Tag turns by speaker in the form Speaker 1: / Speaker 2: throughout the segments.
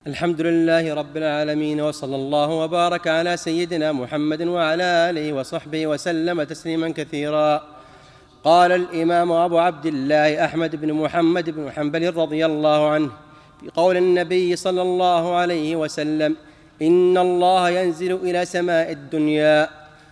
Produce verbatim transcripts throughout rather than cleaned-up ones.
Speaker 1: الحمد لله رب العالمين، وصلى الله وبارك على سيدنا محمد وعلى آله وصحبه وسلم تسليما كثيرا. قال الإمام أبو عبد الله أحمد بن محمد بن حنبل رضي الله عنه في قول النبي صلى الله عليه وسلم: إن الله ينزل إلى سماء الدنيا،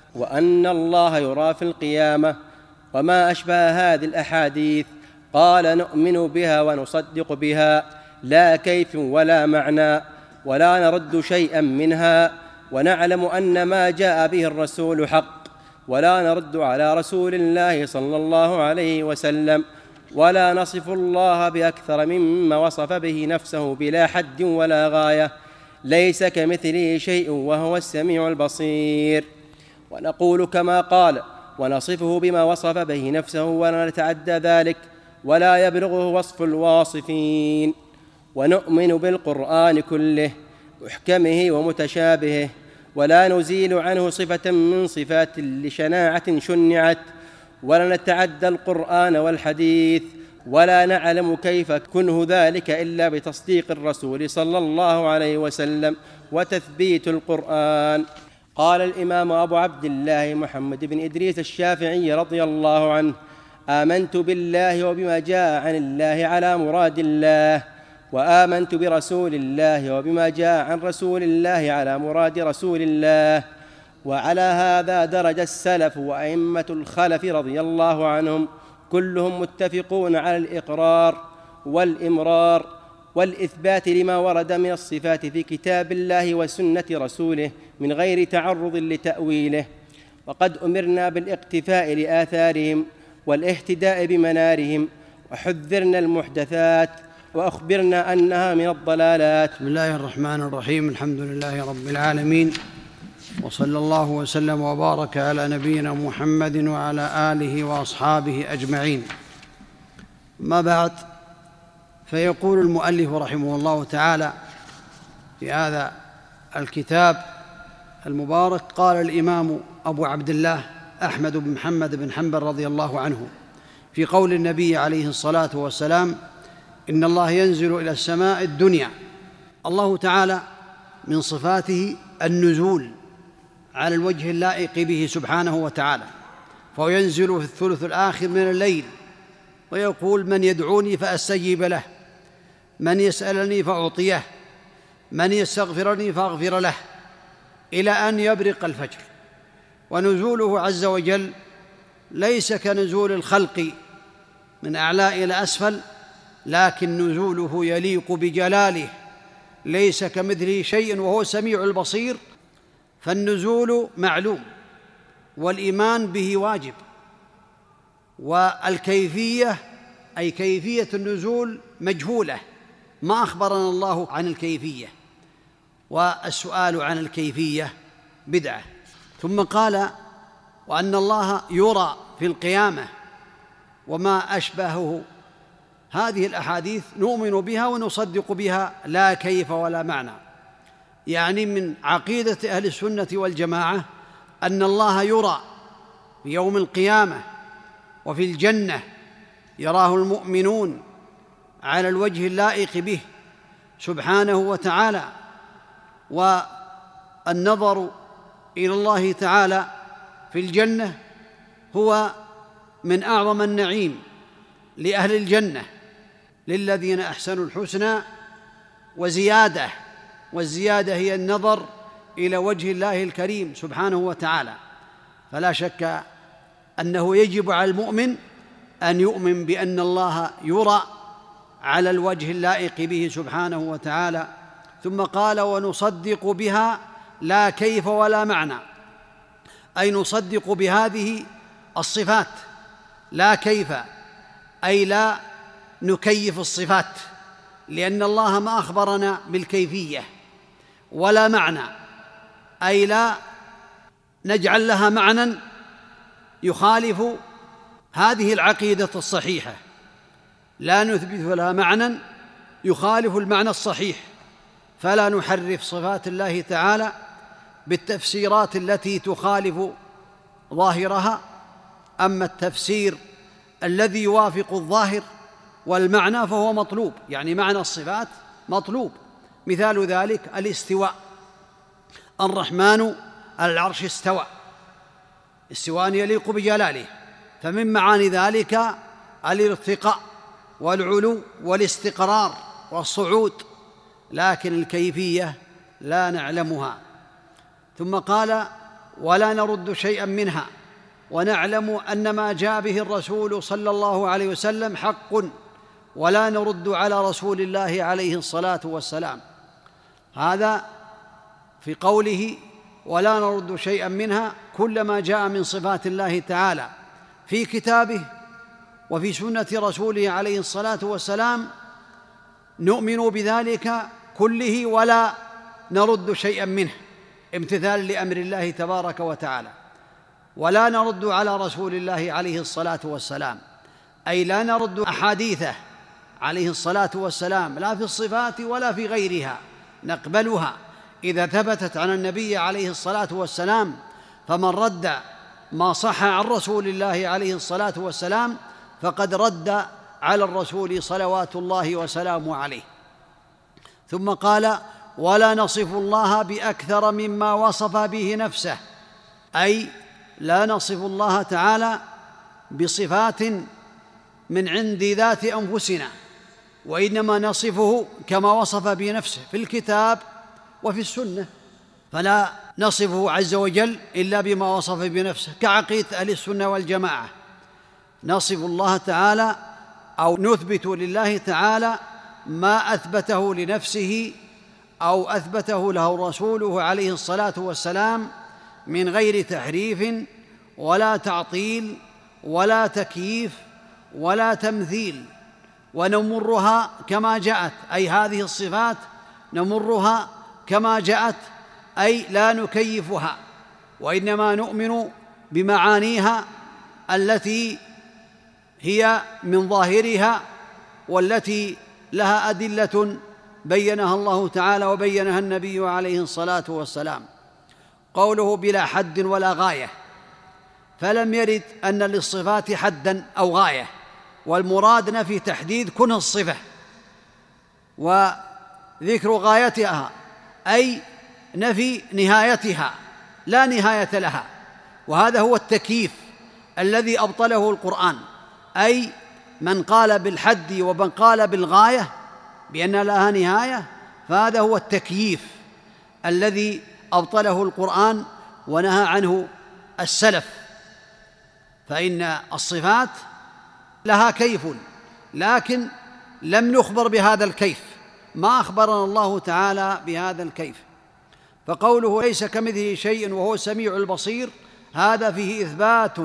Speaker 1: وأن الله يرى في القيامة، وما أشبه هذه الأحاديث. قال: نؤمن بها ونصدق بها، لا كيف ولا معنى، ولا نرد شيئا منها، ونعلم أن ما جاء به الرسول حق، ولا نرد على رسول الله صلى الله عليه وسلم، ولا نصف الله بأكثر مما وصف به نفسه بلا حد ولا غاية، ليس كمثله شيء وهو السميع البصير. ونقول كما قال، ونصفه بما وصف به نفسه، ولا نتعدى ذلك، ولا يبلغه وصف الواصفين. ونؤمن بالقرآن كله، محكمه ومتشابهه، ولا نزيل عنه صفة من صفات لشناعة شنعت، ولا نتعدى القرآن والحديث، ولا نعلم كيف كنه ذلك إلا بتصديق الرسول صلى الله عليه وسلم وتثبيت القرآن. قال الإمام أبو عبد الله محمد بن إدريس الشافعي رضي الله عنه: آمنت بالله وبما جاء عن الله على مراد الله، وآمنت برسول الله وبما جاء عن رسول الله على مراد رسول الله. وعلى هذا درج السلف وأئمة الخلف رضي الله عنهم، كلهم متفقون على الإقرار والإمرار والإثبات لما ورد من الصفات في كتاب الله وسنة رسوله من غير تعرض لتأويله. وقد أمرنا بالاقتفاء لآثارهم والاهتداء بمنارهم، وحذرنا المحدثات وأخبرنا أنها من الضلالات.
Speaker 2: بسم الله الرحمن الرحيم. الحمد لله رب العالمين، وصلى الله وسلم وبارك على نبينا محمد وعلى آله وأصحابه أجمعين. ما بعد، فيقول المؤلف رحمه الله تعالى في هذا الكتاب المبارك: قال الإمام أبو عبد الله أحمد بن محمد بن حنبل رضي الله عنه في قول النبي عليه الصلاة والسلام: إن الله ينزل إلى السماء الدنيا. الله تعالى من صفاته النزول على الوجه اللائق به سبحانه وتعالى، فهو ينزل في الثلث الآخر من الليل ويقول: من يدعوني فأستجيب له، من يسألني فأعطيه، من يستغفرني فأغفر له، إلى أن يبرق الفجر. ونزوله عز وجل ليس كنزول الخلق من أعلى إلى أسفل، لكن نزوله يليق بجلاله، ليس كمثله شيء وهو السميع البصير. فالنزول معلوم، والإيمان به واجب، والكيفية أي كيفية النزول مجهولة، ما أخبرنا الله عن الكيفية، والسؤال عن الكيفية بدعة. ثم قال: وأن الله يرى في القيامة، وما أشبهه. هذه الأحاديث نؤمن بها ونصدق بها، لا كيف ولا معنى. يعني من عقيدة أهل السنة والجماعة أن الله يرى في يوم القيامة وفي الجنة، يراه المؤمنون على الوجه اللائق به سبحانه وتعالى. والنظر إلى الله تعالى في الجنة هو من أعظم النعيم لأهل الجنة، للذين أحسنوا الحسنى وزيادة، والزيادة هي النظر إلى وجه الله الكريم سبحانه وتعالى. فلا شك أنه يجب على المؤمن أن يؤمن بأن الله يرى على الوجه اللائق به سبحانه وتعالى. ثم قال: ونصدق بها، لا كيف ولا معنى، أي نصدق بهذه الصفات لا كيف، أي لا نكيف الصفات، لأن الله ما أخبرنا بالكيفية، ولا معنى، أي لا نجعل لها معنى يخالف هذه العقيدة الصحيحة، لا نثبت لها معنى يخالف المعنى الصحيح، فلا نحرف صفات الله تعالى بالتفسيرات التي تخالف ظاهرها. أما التفسير الذي يوافق الظاهر والمعنى فهو مطلوب، يعني معنى الصفات مطلوب، مثال ذلك الاستواء. الرحمن على العرش استوى، استواء يليق بجلاله، فمن معاني ذلك الارتقاء والعلو والاستقرار والصعود، لكن الكيفية لا نعلمها. ثم قال: ولا نرد شيئا منها، ونعلم أن ما جاء به الرسول صلى الله عليه وسلم حق، ولا نرد على رسول الله عليه الصلاة والسلام. هذا في قوله ولا نرد شيئا منها، كل ما جاء من صفات الله تعالى في كتابه وفي سنة رسوله عليه الصلاة والسلام نؤمن بذلك كله ولا نرد شيئا منه، امتثال لأمر الله تبارك وتعالى. ولا نرد على رسول الله عليه الصلاة والسلام، أي لا نرد أحاديثه عليه الصلاة والسلام لا في الصفات ولا في غيرها، نقبلها إذا ثبتت عن النبي عليه الصلاة والسلام. فمن رد ما صح عن رسول الله عليه الصلاة والسلام فقد رد على الرسول صلوات الله وسلامه عليه. ثم قال: ولا نصف الله بأكثر مما وصف به نفسه، أي لا نصف الله تعالى بصفات من عند ذات أنفسنا، وإنما نصفه كما وصف بنفسه في الكتاب وفي السنة، فلا نصفه عز وجل إلا بما وصف بنفسه، كعقيدة أهل السنة والجماعة. نصف الله تعالى أو نثبت لله تعالى ما أثبته لنفسه أو أثبته له رسوله عليه الصلاة والسلام من غير تحريف ولا تعطيل ولا تكييف ولا تمثيل، ونمرها كما جاءت، أي هذه الصفات نمرها كما جاءت، أي لا نكيفها، وإنما نؤمن بمعانيها التي هي من ظاهرها والتي لها أدلة بينها الله تعالى وبينها النبي عليه الصلاة والسلام. قوله بلا حد ولا غاية، فلم يرد أن للصفات حداً أو غاية، والمراد نفي تحديد كنه الصفة وذكر غايتها، أي نفي نهايتها لا نهاية لها، وهذا هو التكييف الذي أبطله القرآن. أي من قال بالحد ومن قال بالغاية بأن لها نهاية فهذا هو التكييف الذي أبطله القرآن ونهى عنه السلف، فإن الصفات لها كيف، لكن لم نخبر بهذا الكيف، ما أخبرنا الله تعالى بهذا الكيف. فقوله ليس كمثله شيء وهو السميع البصير، هذا فيه إثبات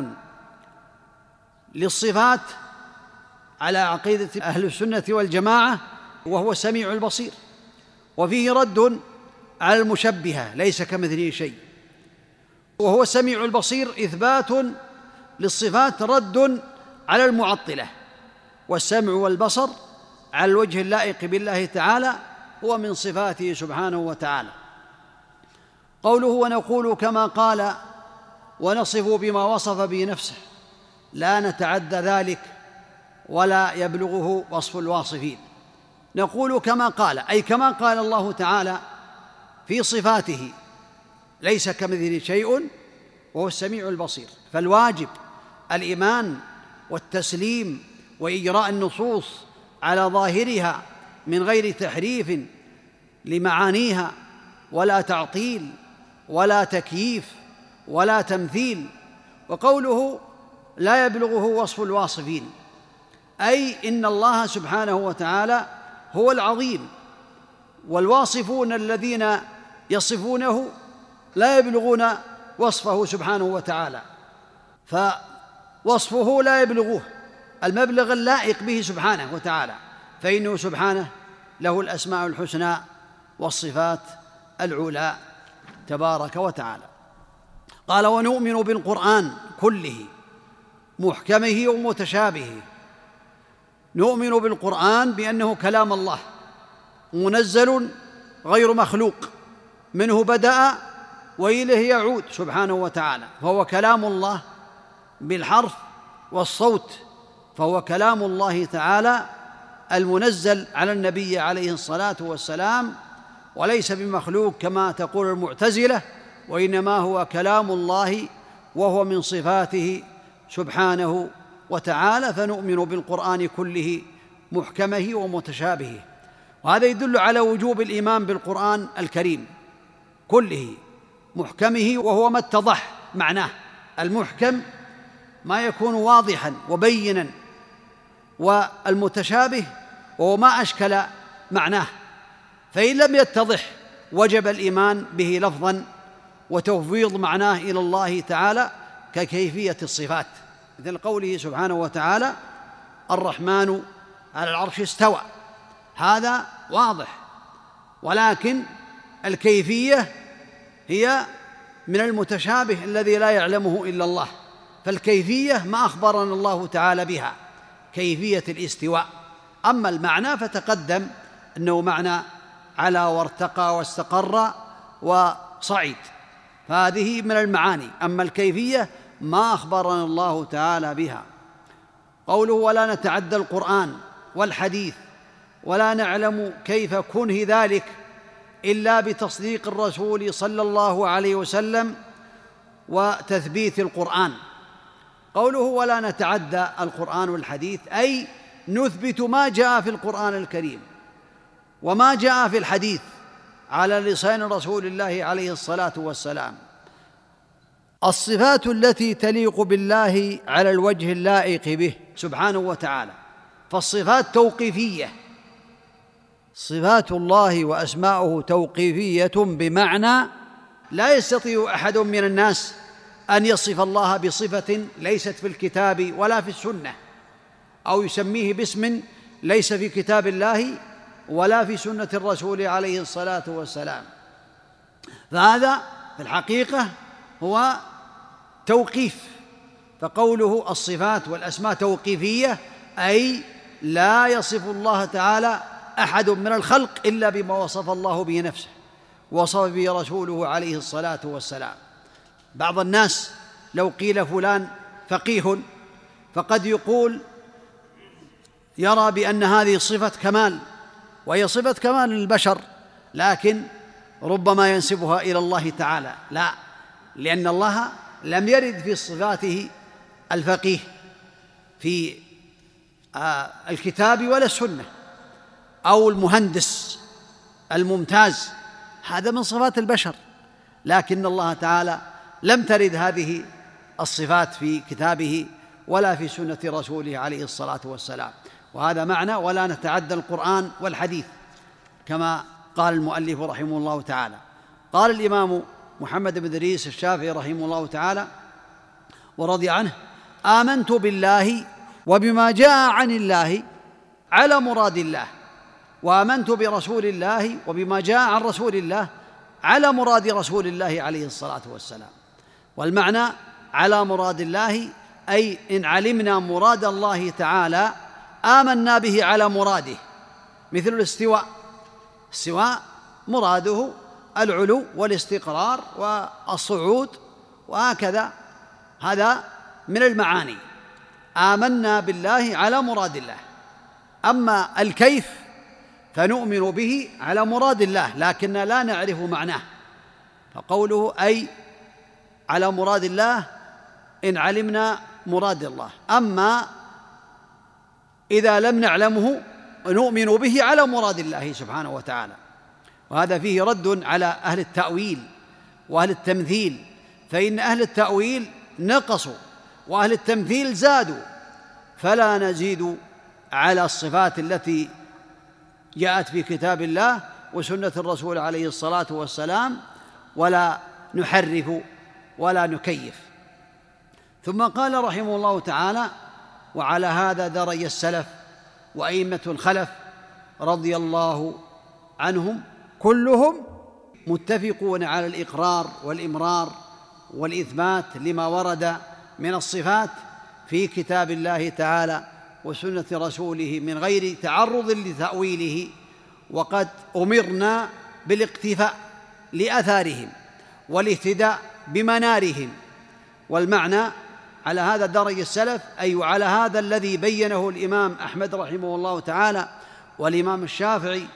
Speaker 2: للصفات على عقيدة أهل السنة والجماعة وهو السميع البصير، وفيه رد على المشبهة ليس كمثله شيء وهو السميع البصير، إثبات للصفات رد على المعطلة. والسمع والبصر على الوجه اللائق بالله تعالى هو من صفاته سبحانه وتعالى. قوله ونقول كما قال ونصف بما وصف به نفسه، لا نتعدى ذلك ولا يبلغه وصف الواصفين. نقول كما قال، أي كما قال الله تعالى في صفاته ليس كمثله شيء وهو السميع البصير، فالواجب الإيمان والتسليم وإجراء النصوص على ظاهرها من غير تحريف لمعانيها ولا تعطيل ولا تكييف ولا تمثيل. وقوله لا يبلغه وصف الواصفين، أي إن الله سبحانه وتعالى هو العظيم، والواصفون الذين يصفونه لا يبلغون وصفه سبحانه وتعالى، فوصفه لا يبلغه المبلغ اللائق به سبحانه وتعالى، فإنه سبحانه له الأسماء الحسنى والصفات العلى تبارك وتعالى. قال ونؤمن بالقرآن كله محكمه ومتشابهه. نؤمن بالقرآن بأنه كلام الله منزل غير مخلوق، منه بدأ وإليه يعود سبحانه وتعالى، فهو كلام الله بالحرف والصوت، فهو كلام الله تعالى المنزل على النبي عليه الصلاة والسلام وليس بمخلوق كما تقول المعتزلة، وإنما هو كلام الله وهو من صفاته سبحانه وتعالى، فنؤمن بالقرآن كله محكمه ومتشابهه. وهذا يدل على وجوب الإيمان بالقرآن الكريم كله محكمه، وهو ما اتضح معناه. المحكم ما يكون واضحا وبينا، والمتشابه وهو ما أشكل معناه، فإن لم يتضح وجب الإيمان به لفظا وتفويض معناه إلى الله تعالى ككيفية الصفات، مثل قوله سبحانه وتعالى: الرحمن على العرش استوى، هذا واضح، ولكن الكيفية هي من المتشابه الذي لا يعلمه إلا الله، فالكيفية ما أخبرنا الله تعالى بها، كيفية الاستواء. أما المعنى فتقدم أنه معنى علا وارتقى واستقر وصعد، فهذه من المعاني. أما الكيفية ما أخبرنا الله تعالى بها. قوله: ولا نتعدى القرآن والحديث ولا نعلم كيف كنه ذلك إلا بتصديق الرسول صلى الله عليه وسلم وتثبيت القرآن. قوله: ولا نتعدى القرآن والحديث، أي نثبت ما جاء في القرآن الكريم وما جاء في الحديث على لسان رسول الله عليه الصلاة والسلام، الصفات التي تليق بالله على الوجه اللائق به سبحانه وتعالى. فالصفات توقيفية، صفات الله وأسماؤه توقيفية، بمعنى لا يستطيع أحد من الناس أن يصف الله بصفة ليست في الكتاب ولا في السنة، أو يسميه باسم ليس في كتاب الله ولا في سنة الرسول عليه الصلاة والسلام. فهذا في الحقيقة هو توقيف. فقوله الصفات والأسماء توقيفية، أي لا يصف الله تعالى أحد من الخلق إلا بما وصف الله به نفسه وصف به رسوله عليه الصلاة والسلام. بعض الناس لو قيل فلان فقيه فقد يقول يرى بأن هذه صفة كمال، وهي صفة كمال للبشر، لكن ربما ينسبها إلى الله تعالى. لا، لأن الله لم يرد في صفاته الفقيه في الكتاب ولا السنة، أو المهندس الممتاز، هذا من صفات البشر، لكن الله تعالى لم ترد هذه الصفات في كتابه ولا في سنة رسوله عليه الصلاة والسلام. وهذا معنى ولا نتعدى القرآن والحديث، كما قال المؤلف رحمه الله تعالى. قال الإمام محمد بن إدريس الشافعي رحمه الله تعالى ورضي عنه: آمنت بالله وبما جاء عن الله على مراد الله، وآمنت برسول الله وبما جاء عن رسول الله على مراد رسول الله عليه الصلاة والسلام. والمعنى على مراد الله، أي إن علمنا مراد الله تعالى آمنا به على مراده، مثل الاستواء. السواء مراده العلو والاستقرار والصعود، وهكذا هذا من المعاني. آمنا بالله على مراد الله. أما الكيف فنؤمن به على مراد الله، لكن لا نعرف معناه. فقوله أي على مراد الله إن علمنا مراد الله، أما إذا لم نعلمه نؤمن به على مراد الله سبحانه وتعالى. وهذا فيه رد على أهل التأويل وأهل التمثيل، فإن أهل التأويل نقصوا وأهل التمثيل زادوا، فلا نزيد على الصفات التي جاءت في كتاب الله وسنة الرسول عليه الصلاة والسلام، ولا نحرف ولا نكيف. ثم قال رحمه الله تعالى: وعلى هذا درج السلف وأئمة الخلف رضي الله عنهم كلهم متفقون على الإقرار والإمرار والإثبات لما ورد من الصفات في كتاب الله تعالى وسنة رسوله من غير تعرض لتأويله. وقد أمرنا بالاقتفاء لأثارهم والاهتداء بمنارهم. والمعنى على هذا درج السلف، أي على هذا الذي بينه الإمام أحمد رحمه الله تعالى والإمام الشافعي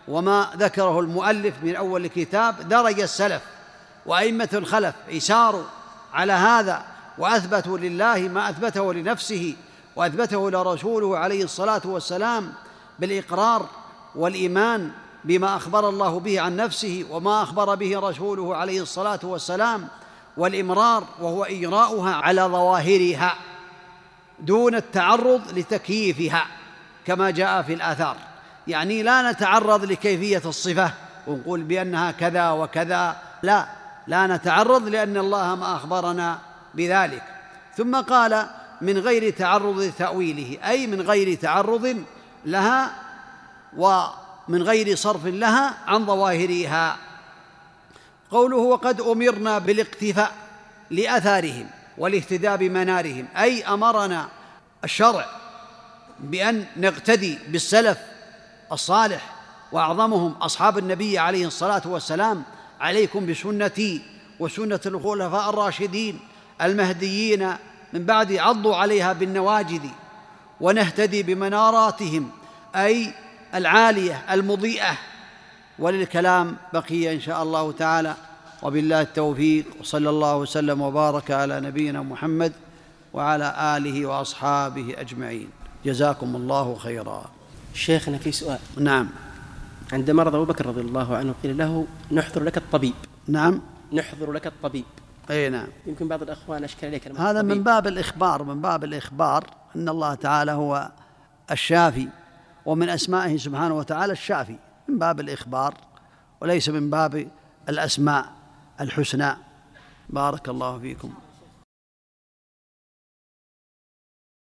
Speaker 2: وما ذكره المؤلف من أول الكتاب درج السلف وأئمة الخلف يساروا على هذا وأثبتوا لله ما أثبته لنفسه وأثبته لرسوله عليه الصلاة والسلام بالإقرار والإيمان بما أخبر الله به عن نفسه وما أخبر به رسوله عليه الصلاة والسلام، والإمرار وهو إجراؤها على ظواهرها دون التعرض لتكييفها كما جاء في الآثار. يعني لا نتعرض لكيفية الصفة ونقول بأنها كذا وكذا، لا لا نتعرض لأن الله ما أخبرنا بذلك. ثم قال من غير تعرض لتأويله، أي من غير تعرض لها ومن غير صرف لها عن ظواهرها. قوله وقد أمرنا بالاقتفاء لأثارهم والاهتداء بمنارهم، أي أمرنا الشرع بأن نقتدي بالسلف الصالح وأعظمهم أصحاب النبي عليه الصلاة والسلام. عليكم بسنتي وسنة الخلفاء الراشدين المهديين من بعد عضوا عليها بالنواجذ، ونهتدي بمناراتهم أي العالية المضيئة. وللكلام بقية إن شاء الله تعالى، وبالله التوفيق، وصلى الله وسلم وبارك على نبينا محمد وعلى آله وأصحابه أجمعين. جزاكم الله خيرا.
Speaker 1: شيخنا في سؤال.
Speaker 2: نعم.
Speaker 1: عند مرض أبو بكر رضي الله عنه قيل له نحضر لك الطبيب.
Speaker 2: نعم.
Speaker 1: نحضر لك الطبيب.
Speaker 2: أي نعم.
Speaker 1: يمكن بعض الأخوان أشكل عليك
Speaker 2: هذا من باب الإخبار، من باب الإخبار أن الله تعالى هو الشافي، ومن أسمائه سبحانه وتعالى الشافي، من باب الإخبار وليس من باب الأسماء الحسنى. بارك الله فيكم.